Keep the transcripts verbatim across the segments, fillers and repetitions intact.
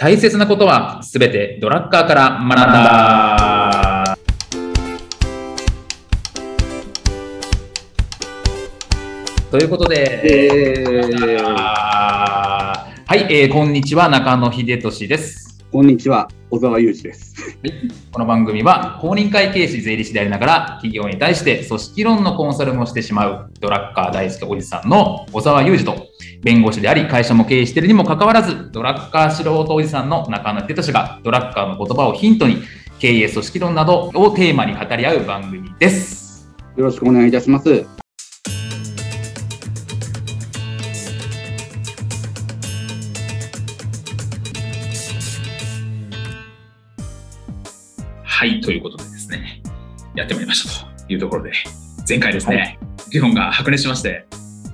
大切なことはすべてドラッカーから学んだ。ということで、えー、はい、えー、こんにちは、中野秀俊です。 こんにちは、小沢裕二です。 この番組は公認会計士税理士でありながら企業に対して組織論のコンサルもしてしまうドラッカー大好きおじさんの小沢裕二と、弁護士であり会社も経営しているにもかかわらずドラッカー素人おじさんの中野秀俊がドラッカーの言葉をヒントに経営組織論などをテーマに語り合う番組です。 よろしくお願いいたします。 はい、ということでですね、やってまいりましたというところで、前回ですね、はい、議論が白熱しまして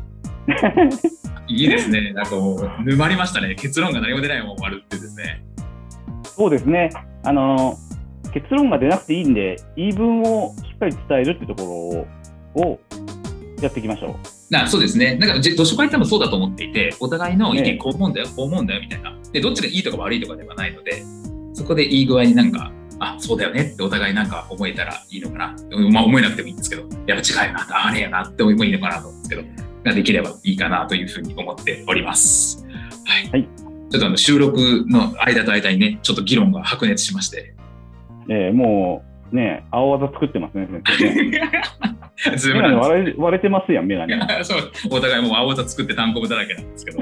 いいですね、なんかもう沼りましたね。結論が何も出ないまま終わるっていうですね。 そうですね、あの結論が出なくていいんで、言い分をしっかり伝えるっていうところをやっていきましょう。 なそうですね、なんか読書会多分そうだと思っていて、お互いの意見こう思うんだよ、ね、こう思うんだよみたいなで、どっちがいいとか悪いとかではないので、そこでいい具合になんかあ、そうだよねってお互いなんか思えたらいいのかな、まあ、思えなくてもいいんですけど、やっぱ違うよな、あれやなって思いもいいのかなと思うんですけど、ができればいいかなというふうに思っております。はい。はい、ちょっとあの収録の間と間にね、ちょっと議論が白熱しまして。 えー、もうね、青技作ってますね、先生ね。 ズームなん割れ、割れてますやん、メガネ。 そう、お互いもう青技作って単行部だらけなんですけど。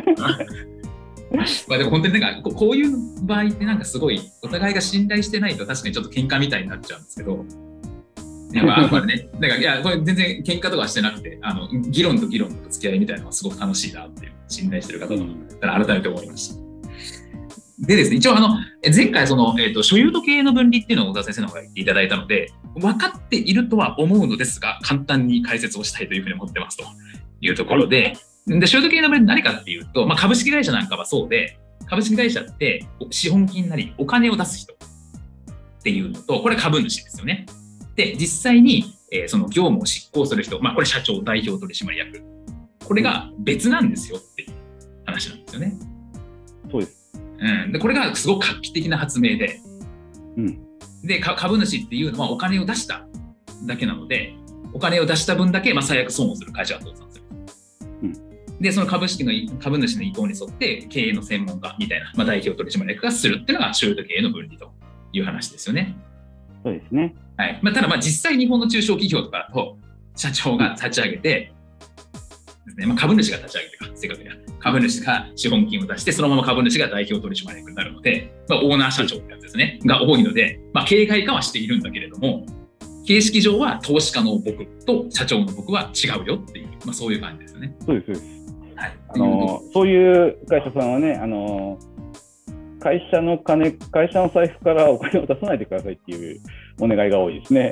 まあでも本当になんかこういう場合ってなんかすごいお互いが信頼してないと確かにちょっと喧嘩みたいになっちゃうんですけど、いやまあこれね、なんかいやこれ全然喧嘩とかはしてなくて、あの議論と議論のぶつけ合いみたいなのがすごく楽しいなっていう信頼してる方だったら改めて思いました。でですね、一応あの前回その、えーと、所有と経営の分離っていうのを小田先生の方が言っていただいたので、分かっているとは思うのですが簡単に解説をしたいというふうに思ってますというところで、はい、で所有と経営の分離何かっていうと、まあ、株式会社なんかはそうで、株式会社って資本金なりお金を出す人っていうのと、これ株主ですよね。で実際に、えー、その業務を執行する人、まあ、これ社長、代表取締役、これが別なんですよっていう話なんですよね。 そうです。 うん、でこれがすごく画期的な発明で、うん、で株主っていうのはお金を出しただけなので、お金を出した分だけ、まあ、最悪損をする会社が倒産する、うん、でその株式の株主の意向に沿って経営の専門家みたいな、まあ、代表取締役がするっていうのが所有と経営の分離という話ですよね。 そうですね、 はい、まあ、ただまあ実際日本の中小企業とかだと社長が立ち上げてですね、まあ、株主が立ち上げてか正確には株主が資本金を出して、そのまま株主が代表取締役になるので、まあ、オーナー社長ってやつですねが多いので、まあ、警戒化はしているんだけれども、形式上は投資家の僕と社長の僕は違うよっていう、まあ、そういう感じですよね。 そうです、そうです。はい、あのそういう会社さんはね、あの会社の金、会社の財布からお金を出さないでくださいっていうお願いが多いですね。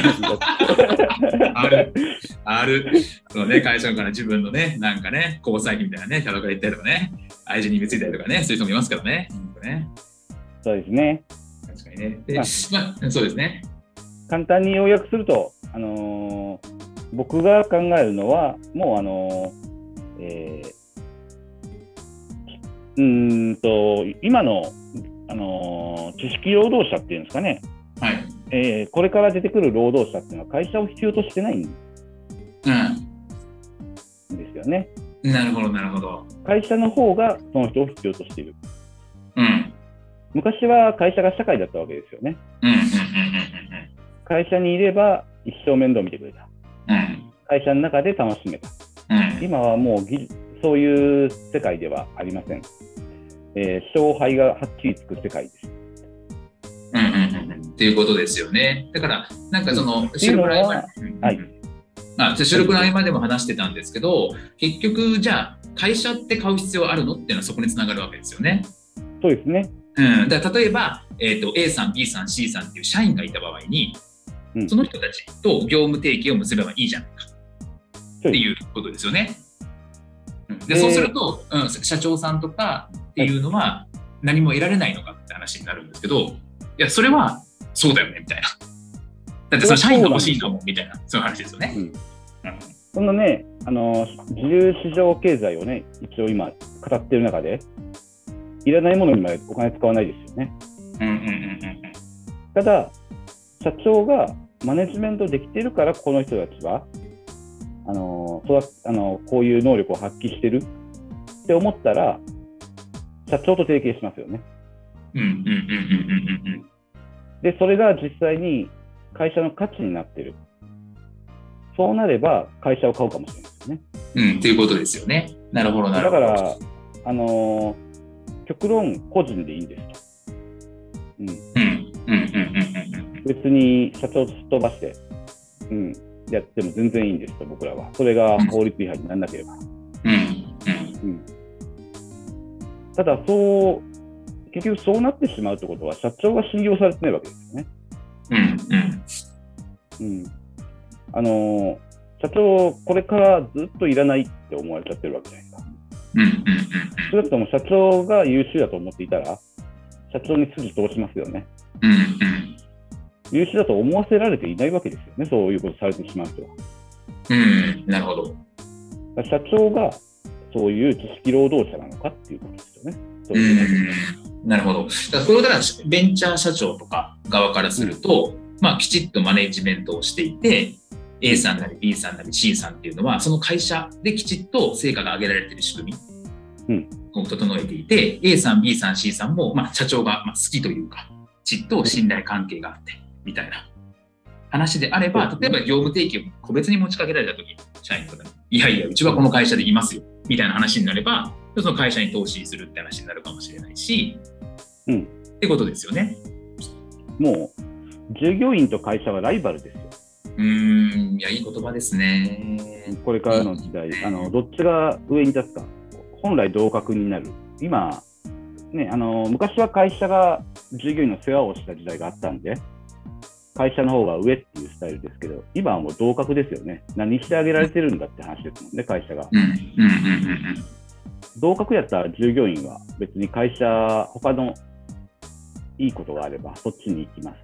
ある、ある。そうね、会社から自分のね、なんかね、交際費みたいなね、キャバクラ行ったりとかね、愛人に貢いだりとかね、そういう人もいますからね。ね、 そうですね。 確かにね。で、まあ、そうですね。 簡単に要約すると、あのー、僕が考えるのは、もうあのー、えーうーんと今の、あのー、知識労働者っていうんですかね、はい、えー、これから出てくる労働者っていうのは会社を必要としてないんですよね。 うん、なるほどなるほど。 会社の方がその人を必要としている、 うん、 昔は会社が社会だったわけですよね、うんうんうんうん、会社にいれば一生面倒見てくれた、うん、会社の中で楽しめた、うん、今はもう技術そういう世界ではありません。えー、勝敗がはっきりつく世界です。 うんうんうん、っていうことですよね。だからなんかその収録の合間、はい、あ、収録の合間でも話してたんですけど、結局じゃあ会社って買う必要あるのっていうのはそこにつながるわけですよね。 そうですね。 うん、だから例えば、えーと、A さん、B さん、C さんっていう社員がいた場合に、うん、その人たちと業務提携を結べばいいじゃないかっていうことですよね。でそうすると、うん、社長さんとかっていうのは何も得られないのかって話になるんですけど、いやそれはそうだよねみたいな、だってその社員が欲しいのもみたいな、そういう話ですよね。うんうん、 そんなね、あの自由市場経済をね一応今語っている中で、 いらないものにまでお金使わないですよね。 うんうんうんうん、 ただ、社長がマネジメントできているから、この人たちはあのそあのこういう能力を発揮してるって思ったら、社長と提携しますよね。 うんうんうんうんうんうん。 で、それが実際に会社の価値になってる。そうなれば会社を買うかもしれないですよね。 うん、ということですよね。なるほどなるほど。 だから、あの極論個人でいいんですと。うん。うんうんうんうんうん。別に社長すっ飛ばして、うん、やっても全然いいんですと、僕らは。それが法律違反にならなければ。うんうんうん、ただそう、結局そうなってしまうということは、社長が信用されてないわけですよね。うんうんうん、あの社長、これからずっといらないって思われちゃってるわけじゃないですか。うんうんうんうん、それだともう社長が優秀だと思っていたら、社長に筋通しますよね。うんうん、優秀だと思わせられていないわけですよね、そういうことされてしまうと。 うん、なるほど。 社長がそういう知識労働者なのかっていうことですよね。そういううん、なるほど。だからこれをだからベンチャー社長とか側からすると、うん、まあ、きちっとマネジメントをしていて、A さんなり B さんなり C さんっていうのは、その会社できちっと成果が上げられている仕組みを整えていて、うん、A さん、B さん、C さんも、まあ、社長が好きというか、きちっと信頼関係があって、みたいな話であれば、例えば業務提携を個別に持ちかけられたとき、社員の方に、いやいや、うちはこの会社でいますよ、みたいな話になれば、その会社に投資するって話になるかもしれないし、うん、ってことですよね。 もう、従業員と会社はライバルですよ。 うーん、いや、いい言葉ですね。 これからの時代、いいあのどっちが上に立つか、本来同格になる。今、ね、あの昔は会社が従業員の世話をした時代があったんで、会社の方が上っていうスタイルですけど、今はもう同格ですよね。何してあげられてるんだって話ですもんね、会社が。うんうんうんうん、同格やったら従業員は別に会社、他のいいことがあればそっちに行きます。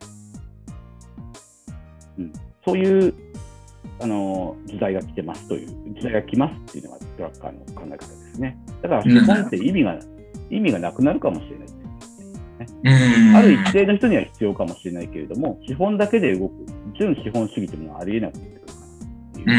うん、そういうあの時代が来てますという、時代が来ますっていうのがトラッカーの考え方ですね。だから資本って意味が、うん、意味がなくなるかもしれないですね。ある一定の人には必要かもしれないけれども、資本だけで動く純資本主義というのはありえなくなってくるかなっていう。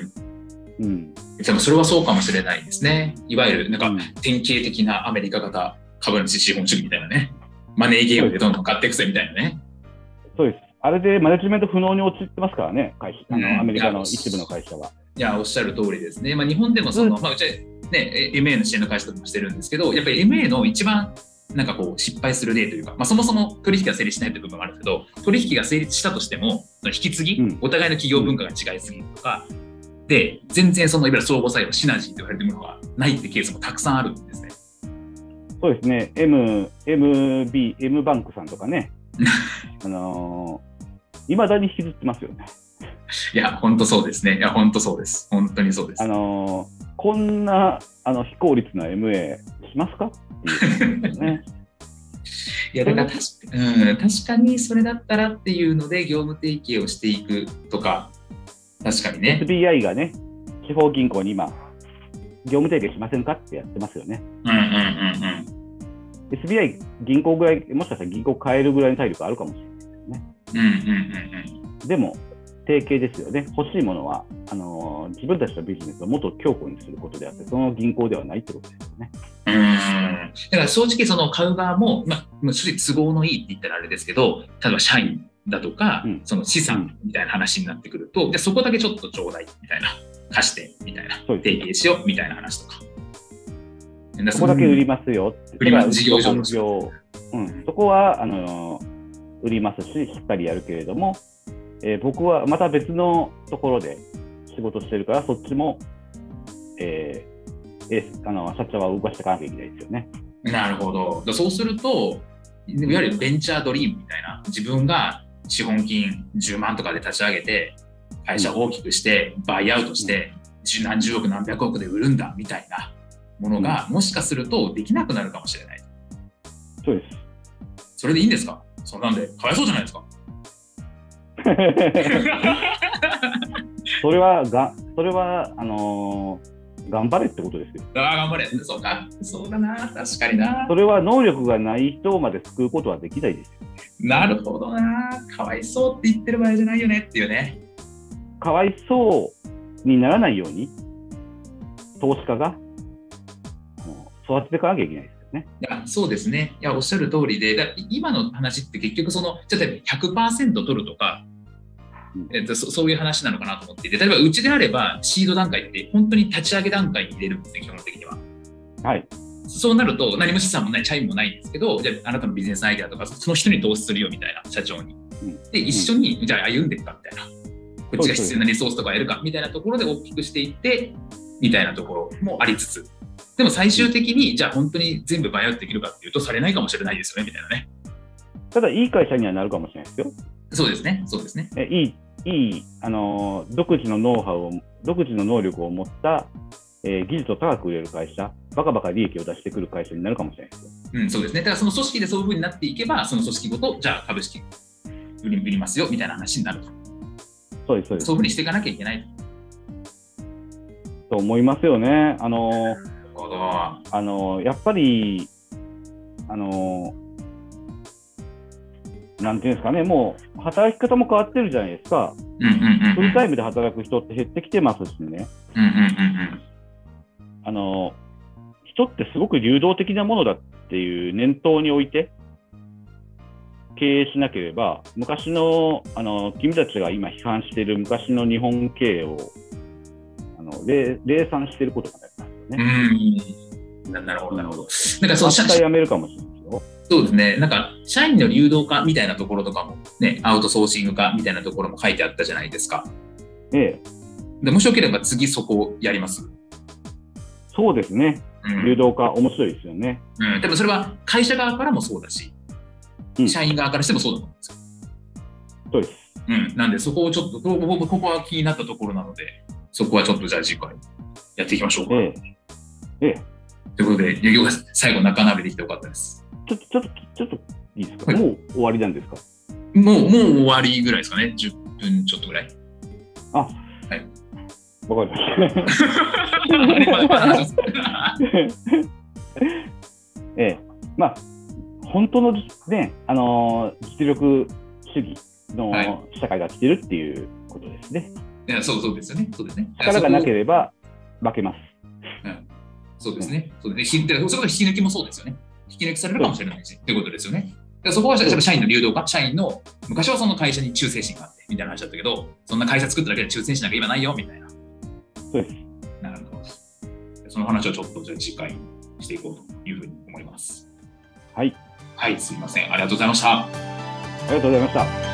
うんうん、でもそれはそうかもしれないですね。いわゆるなんか典型的なアメリカ型株主資本主義みたいなね。マネーゲームでどんどん買っていくぜみたいなね。 そうです。あれでマネジメント不能に陥ってますからね、会社、あの、うん、アメリカの一部の会社は。 いや、おっしゃる通りですね。まあ、日本でもその、うん、まあ、うちはね、エムエー の支援の会社とかもしてるんですけど、やっぱり エムエー の一番なんかこう失敗する例というか、まあ、そもそも取引が成立しないという部分があるんですけど、取引が成立したとしても、引き継ぎ、うん、お互いの企業文化が違いすぎるとか、で、全然そのいわゆる相互作用、シナジーと言われているものがないってケースもたくさんあるんですね。 そうですね、M、エムビー、M バンクさんとかね、あのーいまだに引きずってますよね。 いや、本当そうですね。いや、本当そうです。本当にそうです。 あのー、こんなあの非効率な エムエー しますかっていうですね。 いや、だから確か、うん、確かにそれだったらっていうので業務提携をしていくとか、確かにね。 エスビーアイ がね、地方銀行に今、業務提携しませんかってやってますよね。うんうんうんうん。エスビーアイ 銀行ぐらい、もしかしたら銀行変えるぐらいの体力あるかもしれないですね。うんうんうんうん、でも提携ですよね。欲しいものはあのー、自分たちのビジネスをもっと強固にすることであって、その銀行ではないってことですよね。 うん、だから正直その買う側も、まあ、正直都合のいいって言ったらあれですけど、例えば社員だとか、うん、その資産みたいな話になってくると、うん、じゃそこだけちょっとちょうだいみたいな、貸してみたいな、提携しようみたいな話とか。 そこだけ売りますよって。 売ります事業上のうん、そこはあのー売りますし、しっかりやるけれども、えー、僕はまた別のところで仕事してるから、そっちも、えー、えー、あの社長は動かしていかなきゃいけないですよね。 なるほど。そうすると、いわゆるベンチャードリームみたいな、自分が資本金じゅうまんとかで立ち上げて、会社を大きくして、バイアウトして、何十億何百億で売るんだみたいなものが、もしかするとできなくなるかもしれない。 そうです。 それでいいんですか？そんなんでかわいそうじゃないですか。 それはがそれはあの頑張れってことですよ。 ああ、頑張れ。そうか。そうだな。確かにな。 それは能力がない人まで救うことはできないですよ。 なるほどな。かわいそうって言ってる場合じゃないよねっていうね。 かわいそうにならないように、投資家が育てていかなきゃいけないですよね。 いや、そうですね。いや、おっしゃる通りで、だ今の話って結局その、例えば ひゃくパーセント 取るとか、えっと、そ, そういう話なのかなと思っていて、例えばうちであればシード段階って本当に立ち上げ段階に入れるんですね、基本的には。 はい。 そうなると何も資産もない社員もないんですけど、じゃああなたのビジネスアイデアとかその人に投資するよみたいな、社長に。で一緒に、うん、じゃあ歩んでいくかみたいな、こっちが必要なリソースとかやるかみたいなところで大きくしていってみたいなところもありつつ、でも最終的にじゃあ本当に全部バイアウトできるかっていうとされないかもしれないですよねみたいなね。 ただいい会社にはなるかもしれないですよ。 そうですね、そうですね。 えいいいい、あのー、独自のノウハウを、独自の能力を持った、えー、技術を高く売れる会社、バカバカ利益を出してくる会社になるかもしれないですよ。 うん、そうですね。だからその組織でそういう風になっていけば、その組織ごと、じゃあ株式売り売りますよみたいな話になると。 そうです、そうです。 そういう風にしていかなきゃいけないと思いますよね。あのー、 なるほど。 あのー、やっぱり、あのー、なんていうんですかね、もう働き方も変わってるじゃないですか。 うんうんうんうん、 フルタイムで働く人って減ってきてますしね。 うんうんうんうん、 あの人ってすごく流動的なものだっていう念頭において経営しなければ、昔の、あの君たちが今批判している昔の日本経営をあの冷散していることがありますよね。うん、なるほどなるほど。なんかそう社会やめるかもしれないですよ。 そうですね。なんか社員の流動化みたいなところとかもね、アウトソーシング化みたいなところも書いてあったじゃないですか。 ええ。 でもしよければ次そこをやります。 そうですね。うん、流動化面白いですよね。 うん。でもそれは会社側からもそうだし、うん、社員側からしてもそうだと思うんですよ。 そうです。 うん。なんでそこをちょっとここここは気になったところなので、そこはちょっとじゃあ次回やっていきましょうか。 ええ。ええ。 ということで、よが最後仲直りできてよかったです。 ちょっと、ちょっと、ちょっといいですか、はい、もう終わりなんですか？ もう、もう終わりぐらいですかね。じゅっぷんちょっとぐらい。 あ、はい。わかりました。ええ、まあ、本当のね、あのー、実力主義の社会が来てるっていうことですね。 はい、いや、そうそうですよね。そうですね。 力がなければ負けます。 うん、そうですね。そうですね。それこそ引き抜きもそうですよね。引き抜きされるかもしれないしっていうことですよね。だからそこは社員の流動化、社員の昔はその会社に忠誠心があってみたいな話だったけど、そんな会社作っただけで忠誠心なんか今ないよみたいな。 そうです。 なるほど。その話をちょっとじゃあ次回していこうというふうに思います。 はい。 はい、すみません。ありがとうございました。 ありがとうございました。